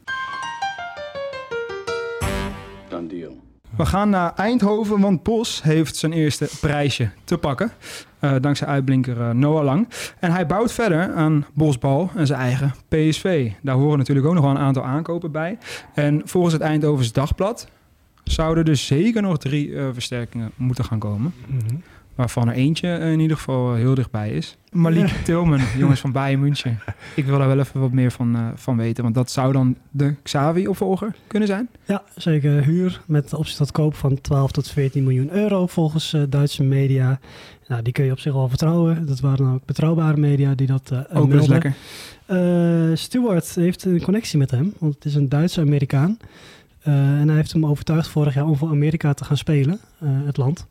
B: Done deal.
A: We gaan naar Eindhoven, want Bos heeft zijn eerste prijsje te pakken. Dankzij uitblinker Noah Lang. En hij bouwt verder aan Bosbal en zijn eigen PSV. Daar horen natuurlijk ook nog wel een aantal aankopen bij. En volgens het Eindhovens Dagblad zouden er zeker nog 3 versterkingen moeten gaan komen. Mm-hmm. Waarvan er eentje in ieder geval heel dichtbij is. Malik Tillman, jongens van Bayern München. Ik wil daar wel even wat meer van weten. Want dat zou dan de Xavi-opvolger kunnen zijn?
G: Ja, zeker. Huur met de optie tot koop van 12 tot 14 miljoen euro volgens Duitse media. Nou, die kun je op zich wel vertrouwen. Dat waren ook betrouwbare media die dat
A: ook best lekker.
G: Stewart heeft een connectie met hem. Want het is een Duitse Amerikaan. En hij heeft hem overtuigd vorig jaar om voor Amerika te gaan spelen. Het land.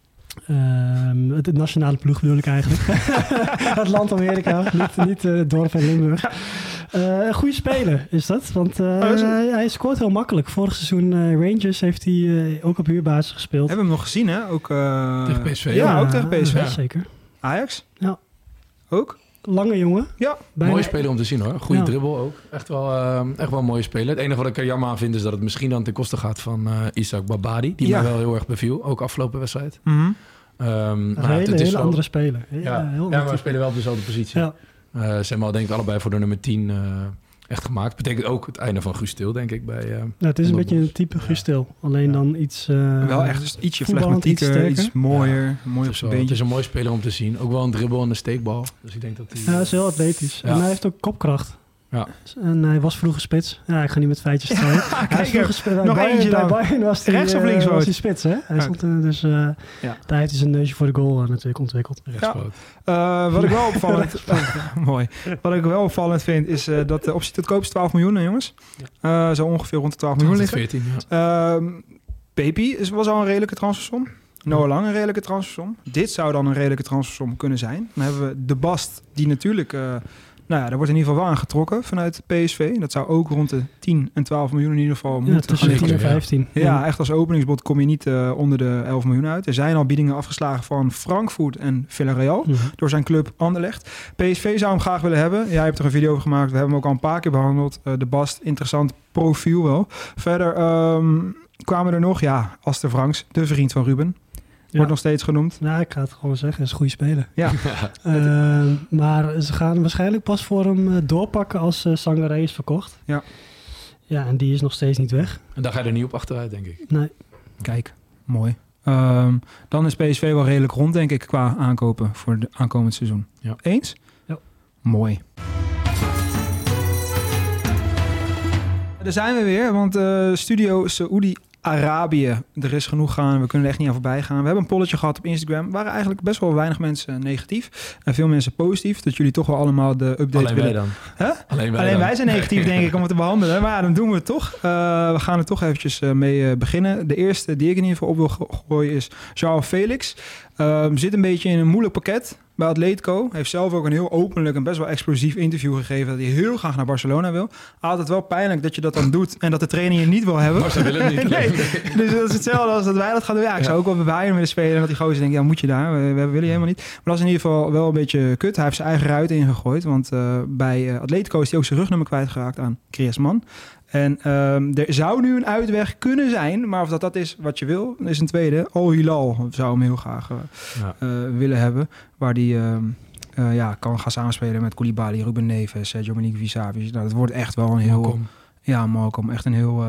G: Het nationale ploeg bedoel ik eigenlijk. Het land Amerika, niet het dorp in Limburg. Een goede speler is dat, want hij scoort heel makkelijk. Vorig seizoen Rangers heeft hij ook op huurbasis gespeeld.
A: Hebben we hem nog gezien, hè? Ook,
F: tegen PSV.
A: Ja, ook tegen PSV.
G: Ja, zeker.
A: Ajax?
G: Ja.
A: Ook?
G: Lange jongen.
A: Ja.
F: Mooie speler om te zien, hoor. Goede dribbel ook. Echt wel een mooie speler. Het enige wat ik er jammer aan vind is dat het misschien dan ten koste gaat van Isaac Babadi. Die mij wel heel erg beviel. Ook afgelopen wedstrijd.
G: Mm-hmm. Een hele andere speler.
F: Maar we spelen wel op dezelfde positie. Ja. Ze hebben al denk ik allebei voor de nummer 10 echt gemaakt. Betekent ook het einde van Guus Til, denk ik.
G: Het is een beetje een type Guus Til. Alleen dan iets
A: wel echt ietsje flegmatieker, iets mooier. Mooi op zijn beentje.
F: Het is een mooie speler om te zien. Ook wel een dribbel en een steekbal. Dus ik denk dat
G: hij is heel atletisch. Ja. En hij heeft ook kopkracht.
F: Ja.
G: En hij was vroeger spits. Ja, ik ga niet met feitjes staan. Hij is vroeger spits.
A: Nog eentje dan.
G: Bij Bayern was hij
A: rechts of links
G: was hij spits, hè? Hij stond, dus daar heeft hij zijn neusje voor de goal natuurlijk ontwikkeld.
A: Wat ik wel opvallend mooi. Wat ik wel opvallend vind is dat de optie tot koop is 12 miljoen, jongens. Zo ongeveer rond de 12 miljoen liggen.
F: 14,
A: Pepi was al een redelijke transfersom. Noah Lang een redelijke transfersom. Dit zou dan een redelijke transfersom kunnen zijn. Dan hebben we De Bast, die natuurlijk daar wordt in ieder geval wel aan getrokken vanuit PSV. Dat zou ook rond de 10 en 12 miljoen in ieder geval moeten
G: tussen
A: gaan
G: 10 en 15.
A: Ja, echt als openingsbod kom je niet onder de 11 miljoen uit. Er zijn al biedingen afgeslagen van Frankfurt en Villarreal door zijn club Anderlecht. PSV zou hem graag willen hebben. Jij hebt er een video over gemaakt. We hebben hem ook al een paar keer behandeld. De Bast, interessant profiel wel. Verder kwamen er nog, Aster Franks, de vriend van Ruben. Wordt nog steeds genoemd.
G: Nou, ik ga het gewoon zeggen. Hij is een goede speler.
A: Ja.
G: Maar ze gaan waarschijnlijk pas voor hem doorpakken als Sangaré is verkocht.
A: Ja.
G: Ja, en die is nog steeds niet weg.
F: En daar ga je er niet op achteruit, denk ik.
G: Nee.
A: Kijk, mooi. Dan is PSV wel redelijk rond, denk ik, qua aankopen voor het aankomend seizoen.
F: Ja.
A: Eens?
G: Ja.
A: Mooi. Daar zijn we weer, want Studio Saoedi-Arabië, er is genoeg gaan. We kunnen er echt niet aan voorbij gaan. We hebben een polletje gehad op Instagram. Er waren eigenlijk best wel weinig mensen negatief. En veel mensen positief. Dat jullie toch wel allemaal de update
F: Alleen
A: willen.
F: Wij dan.
A: Huh?
F: Alleen
A: wij zijn negatief, denk ik, om het te behandelen. Maar ja, dan doen we het toch. We gaan er toch eventjes mee beginnen. De eerste die ik in ieder geval op wil gooien is João Felix. Zit een beetje in een moeilijk pakket bij Atletico. Heeft zelf ook een heel openlijk en best wel explosief interview gegeven dat hij heel graag naar Barcelona wil. Altijd wel pijnlijk dat je dat dan doet en dat de trainer je niet wil hebben.
F: Maar ze willen het niet.
A: Nee. Dus dat is hetzelfde als dat wij dat gaan doen. Ja, ik zou ook wel bij Bayern willen spelen en dat die gozer denkt, ja, moet je daar? We willen je helemaal niet. Maar dat is in ieder geval wel een beetje kut. Hij heeft zijn eigen ruit ingegooid, want bij Atletico is hij ook zijn rugnummer kwijtgeraakt aan Griezmann. En er zou nu een uitweg kunnen zijn, maar of dat is wat je wil, is een tweede. Al Hilal zou hem heel graag willen hebben, waar die kan gaan samenspelen met Koulibaly, Ruben Neves, Dominique Savic. Nou, dat wordt echt wel een heel... Malcolm, echt een heel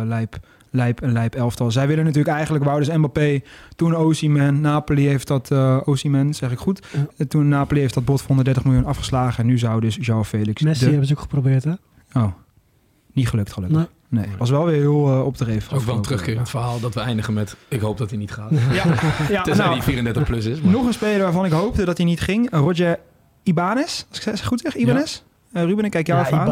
A: lijp elftal. Zij willen natuurlijk eigenlijk, wouden dus Mbappé, toen Osimhen, Napoli heeft dat, Osimhen, zeg ik goed. Ja. Toen Napoli heeft dat bod voor 130 miljoen afgeslagen en nu zou dus João Felix...
G: Messi hebben ze ook geprobeerd, hè?
A: Oh. Niet gelukt, gelukkig. Nee. Was wel weer heel op de reef.
F: Ook wel een terugkerend verhaal dat we eindigen met... ik hoop dat hij niet gaat.
A: Ja,
F: tenzij hij 34 plus is. Maar...
A: Nog een speler waarvan ik hoopte dat hij niet ging. Roger Ibanez. Als ik het goed zeg, Ibanez? Ja. Ruben, ik kijk jou even aan.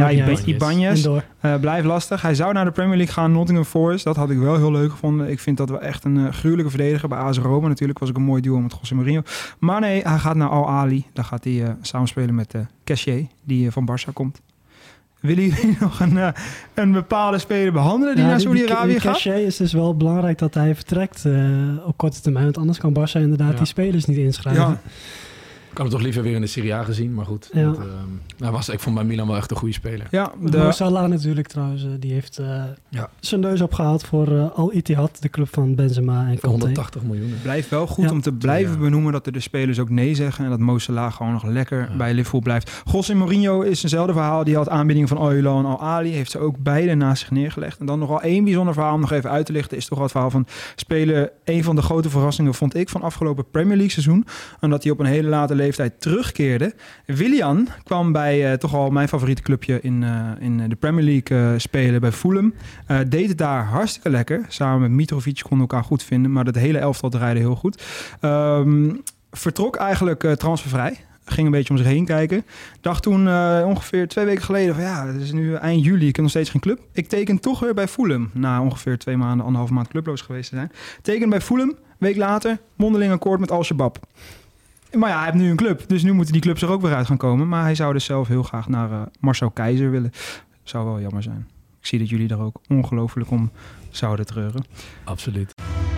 A: Ibanez. Blijft lastig. Hij zou naar de Premier League gaan, Nottingham Forest. Dat had ik wel heel leuk gevonden. Ik vind dat wel echt een gruwelijke verdediger. Bij AS Roma natuurlijk was ik een mooi duo met José Mourinho. Maar nee, hij gaat naar Al Ahly. Daar gaat hij samenspelen met Kessié, die van Barça komt. Willen jullie nog een bepaalde speler behandelen die naar Saudi-Arabië gaat?
G: Kessié is dus wel belangrijk dat hij vertrekt op korte termijn. Want anders kan Barça inderdaad die spelers niet inschrijven. Ja.
F: Ik had hem toch liever weer in de Serie A gezien, maar goed.
G: Ja.
F: Ik vond bij Milan wel echt een goede speler.
A: Ja,
G: Mo Salah natuurlijk trouwens. Die heeft zijn neus opgehaald voor Al Ittihad, de club van Benzema en Kanté.
F: 180 miljoen.
A: Het blijft wel goed om te blijven benoemen dat er de spelers ook nee zeggen. En dat Mo Salah gewoon nog lekker bij Liverpool blijft. José Mourinho is eenzelfde verhaal. Die had aanbiedingen van Al Hilal en Al Ahly. Heeft ze ook beide naast zich neergelegd. En dan nogal één bijzonder verhaal om nog even uit te lichten. Is toch wel het verhaal van spelen. Een van de grote verrassingen vond ik van afgelopen Premier League seizoen. Omdat hij op een hele late leeftijd terugkeerde. Willian kwam bij toch al mijn favoriete clubje in de Premier League spelen bij Fulham. Deed het daar hartstikke lekker. Samen met Mitrovic konden elkaar goed vinden. Maar dat hele elftal draaide heel goed. Vertrok eigenlijk transfervrij. Ging een beetje om zich heen kijken. Dacht toen ongeveer 2 weken geleden van het is nu eind juli. Ik heb nog steeds geen club. Ik teken toch weer bij Fulham. Na ongeveer 2 maanden, 1,5 maand clubloos geweest te zijn. Teken bij Fulham. Week later mondeling akkoord met Al-Shabaab. Maar hij heeft nu een club. Dus nu moeten die clubs er ook weer uit gaan komen. Maar hij zou dus zelf heel graag naar Marcel Keizer willen. Zou wel jammer zijn. Ik zie dat jullie daar ook ongelooflijk om zouden treuren.
F: Absoluut.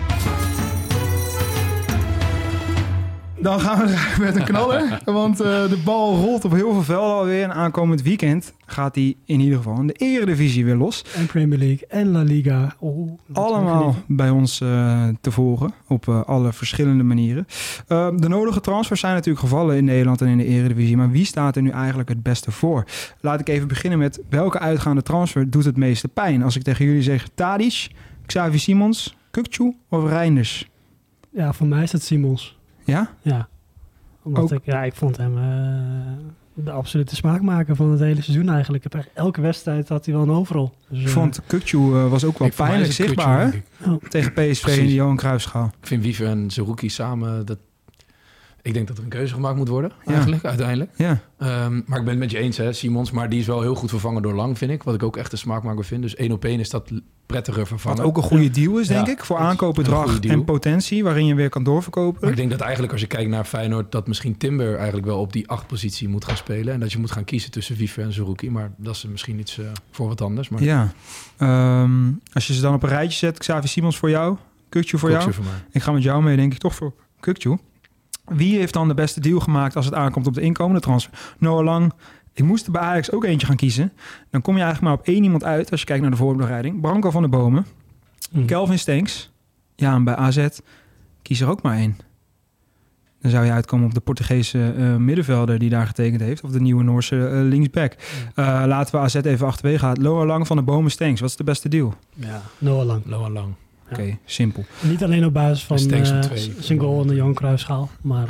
A: Dan gaan we met een knaller. Want de bal rolt op heel veel velden alweer. En aankomend weekend gaat hij in ieder geval in de Eredivisie weer los.
G: En Premier League en La Liga.
A: Allemaal bij ons te volgen. Op alle verschillende manieren. De nodige transfers zijn natuurlijk gevallen in Nederland en in de Eredivisie. Maar wie staat er nu eigenlijk het beste voor? Laat ik even beginnen met welke uitgaande transfer doet het meeste pijn? Als ik tegen jullie zeg Tadic, Xavi Simons, Kukçu of Reinders?
G: Ja, voor mij is het Simons.
A: Ja?
G: Ja. Omdat ik vond hem de absolute smaakmaker van het hele seizoen eigenlijk. Elke wedstrijd had hij wel een overal. Dus,
A: ik vond Kukçu was ook wel pijnlijk zichtbaar tegen PSV in de Johan Cruijffschaal.
F: Ik vind Wiever en Zerouki samen... Ik denk dat er een keuze gemaakt moet worden, eigenlijk, uiteindelijk.
A: Ja.
F: Maar ik ben het met je eens, hè, Simons. Maar die is wel heel goed vervangen door Lang, vind ik. Wat ik ook echt een smaakmaker vind. Dus 1 op 1 is dat prettiger vervangen.
A: Wat ook een goede deal is, denk ik. Voor aankoopbedrag en potentie, waarin je weer kan doorverkopen.
F: Maar ik denk dat eigenlijk, als je kijkt naar Feyenoord... dat misschien Timber eigenlijk wel op die 8-positie moet gaan spelen. En dat je moet gaan kiezen tussen Wiever en Zerouki. Maar dat is misschien iets voor wat anders. Maar...
A: Ja. Als je ze dan op een rijtje zet, Xavi Simons voor jou, Kukçu voor jou.
F: Voor mij.
A: Ik ga met jou mee, denk ik, toch voor Kukçu. Wie heeft dan de beste deal gemaakt als het aankomt op de inkomende transfer? Noah Lang. Ik moest er bij Ajax ook eentje gaan kiezen. Dan kom je eigenlijk maar op 1 iemand uit als je kijkt naar de voorbereiding. Branko van der Bomen. Kelvin Stenks. Ja, en bij AZ. Kies er ook maar één. Dan zou je uitkomen op de Portugese middenvelder die daar getekend heeft. Of de nieuwe Noorse linksback. Laten we AZ even achterwege gaan. Noah Lang van de Bomen Stenks. Wat is de beste deal?
G: Ja, Noah Lang.
A: Oké, simpel.
G: Niet alleen op basis van zijn goal in de Johan Cruijffschaal. Maar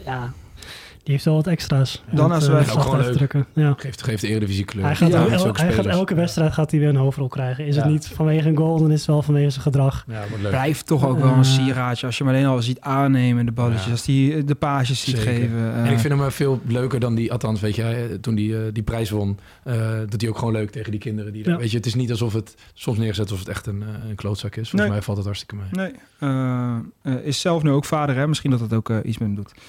G: die heeft wel wat extra's.
A: Dan als wij
F: ook gewoon leuk.
G: Ja.
F: Geeft de Eredivisie kleur.
G: Hij gaat elke wedstrijd hij weer een hoofdrol krijgen. Is het niet vanwege een goal, dan is het wel vanwege zijn gedrag.
F: Ja, wordt leuk.
A: Blijft toch ook wel een sieraadje. Als je hem alleen al ziet aannemen, de balletjes. Als hij de paasjes ziet geven.
F: En ik vind hem veel leuker dan die... Althans, weet je, toen die prijs won... dat hij ook gewoon leuk tegen die kinderen. Weet je, het is niet alsof het soms neerzet alsof het echt een klootzak is. Volgens mij valt het hartstikke mee.
A: Nee. Is zelf nu ook vader, hè? Misschien dat het ook iets met hem doet.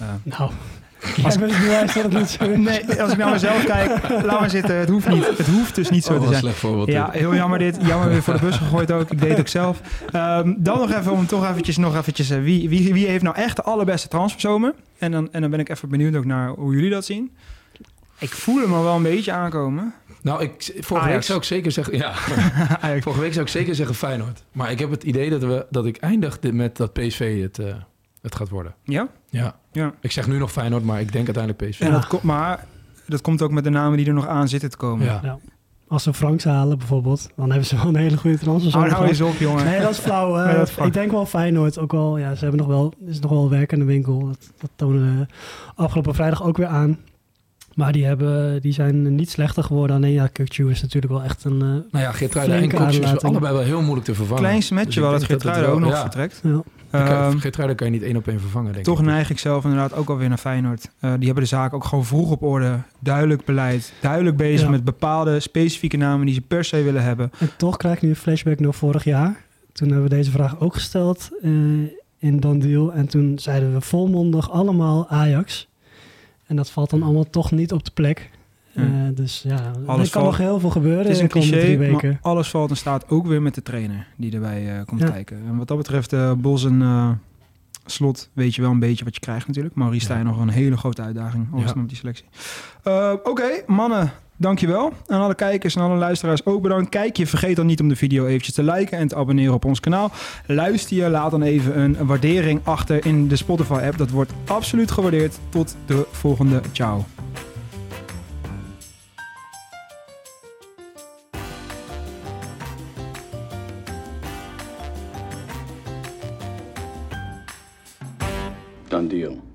G: Jij bent bewijs dat het niet zo is.
A: Nee, als ik naar mezelf kijk, laat maar zitten. Het hoeft niet. Het hoeft dus niet zo te zijn.
F: Slecht voorbeeld.
A: Ja, heel jammer dit. Jammer weer voor de bus gegooid ook. Ik deed het ook zelf. Dan nog even om toch eventjes wie heeft nou echt de allerbeste transferzomer? En dan ben ik even benieuwd ook naar hoe jullie dat zien. Ik voel hem al wel een beetje aankomen.
F: Nou, vorige week zou ik zeker zeggen... Ja, vorige week zou ik zeker zeggen Feyenoord. Maar ik heb het idee dat ik eindig met dat PSV het gaat worden.
A: Ja?
F: Ja. Ik zeg nu nog Feyenoord, maar ik denk uiteindelijk PSV.
A: En dat komt ook met de namen die er nog aan zitten te komen.
G: Ja. Als ze Franks halen bijvoorbeeld, dan hebben ze wel een hele goede transfer.
A: Nou eens op, jongen.
G: Nee, dat is flauw. Ik denk wel Feyenoord ook wel. Ja, ze hebben is nog wel werk in de winkel. Dat tonen we afgelopen vrijdag ook weer aan. Maar die zijn niet slechter geworden. Alleen Kukçu is natuurlijk wel echt een
F: Geertruida en Kukçu is allebei wel heel moeilijk te vervangen.
A: Klein smetje wel dat Geertruida ook nog vertrekt.
F: Ja. Geertruida kan je niet 1 op 1 vervangen, denk ik.
A: Toch neig ik zelf inderdaad ook alweer naar Feyenoord. Die hebben de zaak ook gewoon vroeg op orde. Duidelijk beleid. Duidelijk bezig met bepaalde specifieke namen die ze per se willen hebben.
G: En toch krijg ik nu een flashback naar vorig jaar. Toen hebben we deze vraag ook gesteld in Dan Deal. En toen zeiden we volmondig allemaal Ajax. En dat valt dan allemaal toch niet op de plek. Dus er kan nog heel veel gebeuren.
A: Het is een cliché,
G: 3 weken.
A: maar alles valt en staat ook weer met de trainer die erbij komt kijken. En wat dat betreft, Bos en Slot weet je wel een beetje wat je krijgt natuurlijk. Maurice Stijn nog een hele grote uitdaging met die selectie. Oké, mannen, dankjewel. En alle kijkers en alle luisteraars ook bedankt. Kijk je, vergeet dan niet om de video eventjes te liken en te abonneren op ons kanaal. Luister je, laat dan even een waardering achter in de Spotify-app. Dat wordt absoluut gewaardeerd. Tot de volgende. Ciao.
B: Done deal.